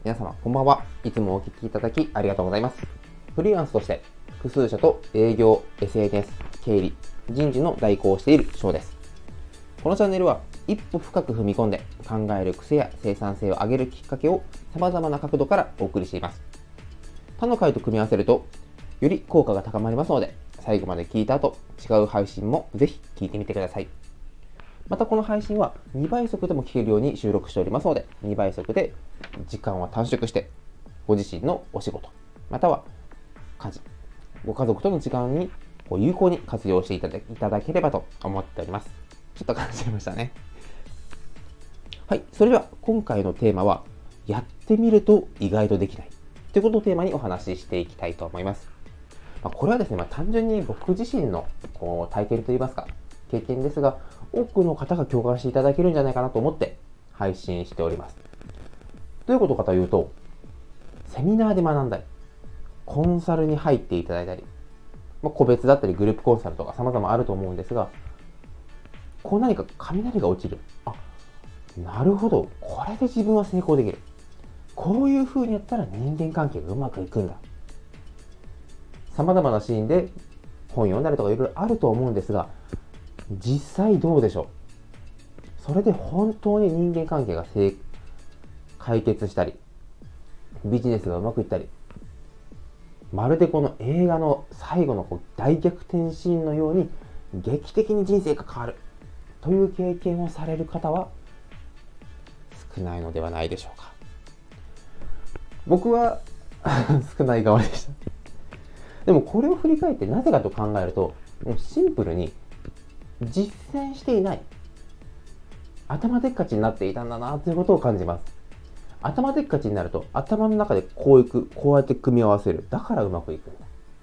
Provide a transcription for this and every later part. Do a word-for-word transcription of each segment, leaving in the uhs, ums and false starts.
皆様こんばんは。いつもお聞きいただきありがとうございます。フリーランスとして複数社と営業、エスエヌエス、経理、人事の代行をしている翔です。このチャンネルは一歩深く踏み込んで考える癖や生産性を上げるきっかけを様々な角度からお送りしています。他の回と組み合わせるとより効果が高まりますので、最後まで聞いた後違う配信もぜひ聞いてみてください。またこの配信はにばい速でも聞けるように収録しておりますので、にばい速で時間は短縮してご自身のお仕事または家事、ご家族との時間に有効に活用していただいただければと思っております。ちょっと感じちゃいましたね。はい、それでは今回のテーマはやってみると意外とできないということをテーマにお話ししていきたいと思います。まあ、これはですね、まあ、単純に僕自身のこう体験といいますか経験ですが、多くの方が共感していただけるんじゃないかなと思って配信しております。どういうことかというと、セミナーで学んだり、コンサルに入っていただいたり、まあ、個別だったりグループコンサルとか様々あると思うんですが、こう何か雷が落ちる。あ、なるほど。これで自分は成功できる。こういう風にやったら人間関係がうまくいくんだ。様々なシーンで本読んだりとかいろいろあると思うんですが、実際どうでしょう。それで本当に人間関係が解決したり、ビジネスがうまくいったり、まるでこの映画の最後のこう大逆転シーンのように劇的に人生が変わるという経験をされる方は少ないのではないでしょうか。僕は少ない側でした。でもこれを振り返ってなぜかと考えると、もうシンプルに実践していない、頭でっかちになっていたんだなということを感じます。頭でっかちになると頭の中でこういく、こうやって組み合わせる、だからうまくいくんだ。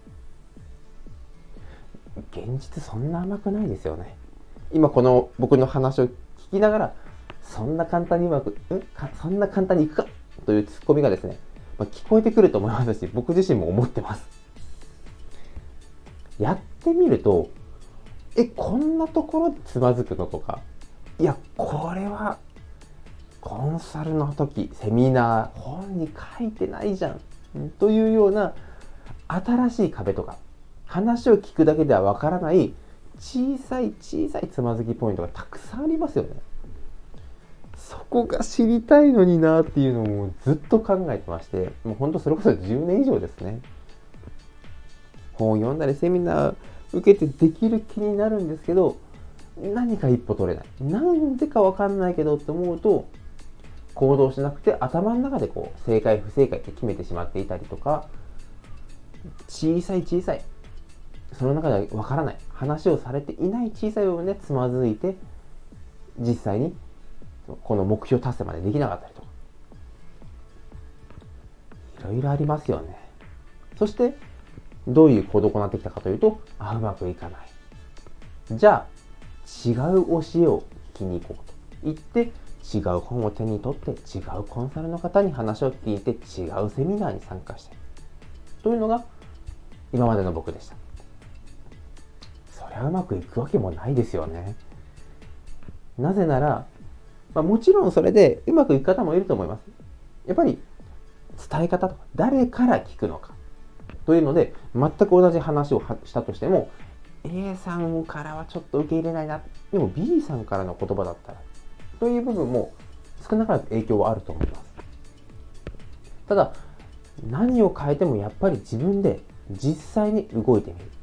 現実そんな甘くないですよね。今この僕の話を聞きながら、そんな簡単にうまくんかそんな簡単にいくかというツッコミがですね、まあ、聞こえてくると思いますし、僕自身も思ってます。やってみると、え、こんなところでつまずくのとか、いや、これはコンサルの時、セミナー、本に書いてないじゃんというような新しい壁とか、話を聞くだけではわからない小さい小さいつまずきポイントがたくさんありますよね。そこが知りたいのになっていうのをずっと考えてまして、もう本当それこそじゅうねん以上ですね。本を読んだりセミナー受けてできる気になるんですけど、何か一歩取れない。なんでかわかんないけどって思うと、行動しなくて頭の中でこう正解不正解って決めてしまっていたりとか、小さい小さい、その中ではわからない、話をされていない小さい部分でつまずいて、実際にこの目標達成までできなかったりとか、いろいろありますよね。そしてどういう行動を行ってきたかというと、あ、うまくいかない。じゃあ、違う教えを聞きに行こうと言って、違う本を手に取って、違うコンサルの方に話を聞いて、違うセミナーに参加して、というのが今までの僕でした。そりゃうまくいくわけもないですよね。なぜなら、まあ、もちろんそれでうまくいく方もいると思います。やっぱり伝え方とか、誰から聞くのか。というので、全く同じ話をしたとしても、A さんからはちょっと受け入れないな。でも B さんからの言葉だったら、という部分も少なからず影響はあると思います。ただ、何を変えてもやっぱり自分で実際に動いてみる。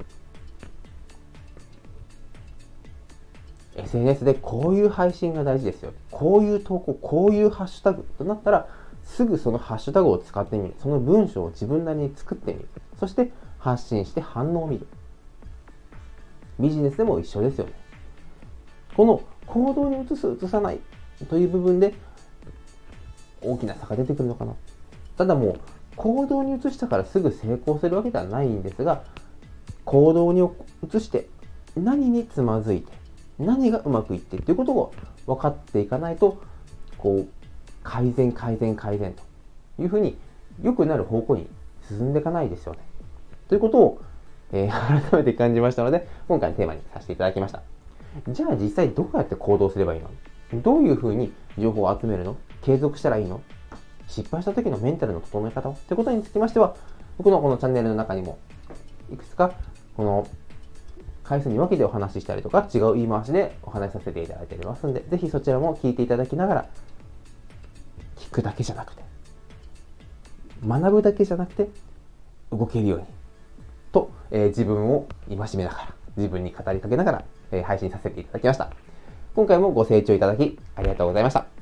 エスエヌエス でこういう配信が大事ですよ。こういう投稿、こういうハッシュタグとなったら、すぐそのハッシュタグを使ってみる。その文章を自分なりに作ってみる。そして発信して反応を見る。ビジネスでも一緒ですよね。この行動に移す、移さないという部分で大きな差が出てくるのかな。ただもう行動に移したからすぐ成功するわけではないんですが、行動に移して何につまずいて何がうまくいってということを分かっていかないと、こう改善改善改善というふうに良くなる方向に進んでいかないですよね。ということを、えー、改めて感じましたので、今回のテーマにさせていただきました。じゃあ実際どうやって行動すればいいの？どういうふうに情報を集めるの？継続したらいいの？ 失敗した時のメンタルの整え方ということにつきましては、僕のこのチャンネルの中にもいくつかこの回数に分けてお話ししたりとか、違う言い回しでお話しさせていただいておりますので、ぜひそちらも聞いていただきながら、聞くだけじゃなくて、学ぶだけじゃなくて、動けるようにと、えー、自分を戒めながら、自分に語りかけながら、えー、配信させていただきました。今回もご清聴いただきありがとうございました。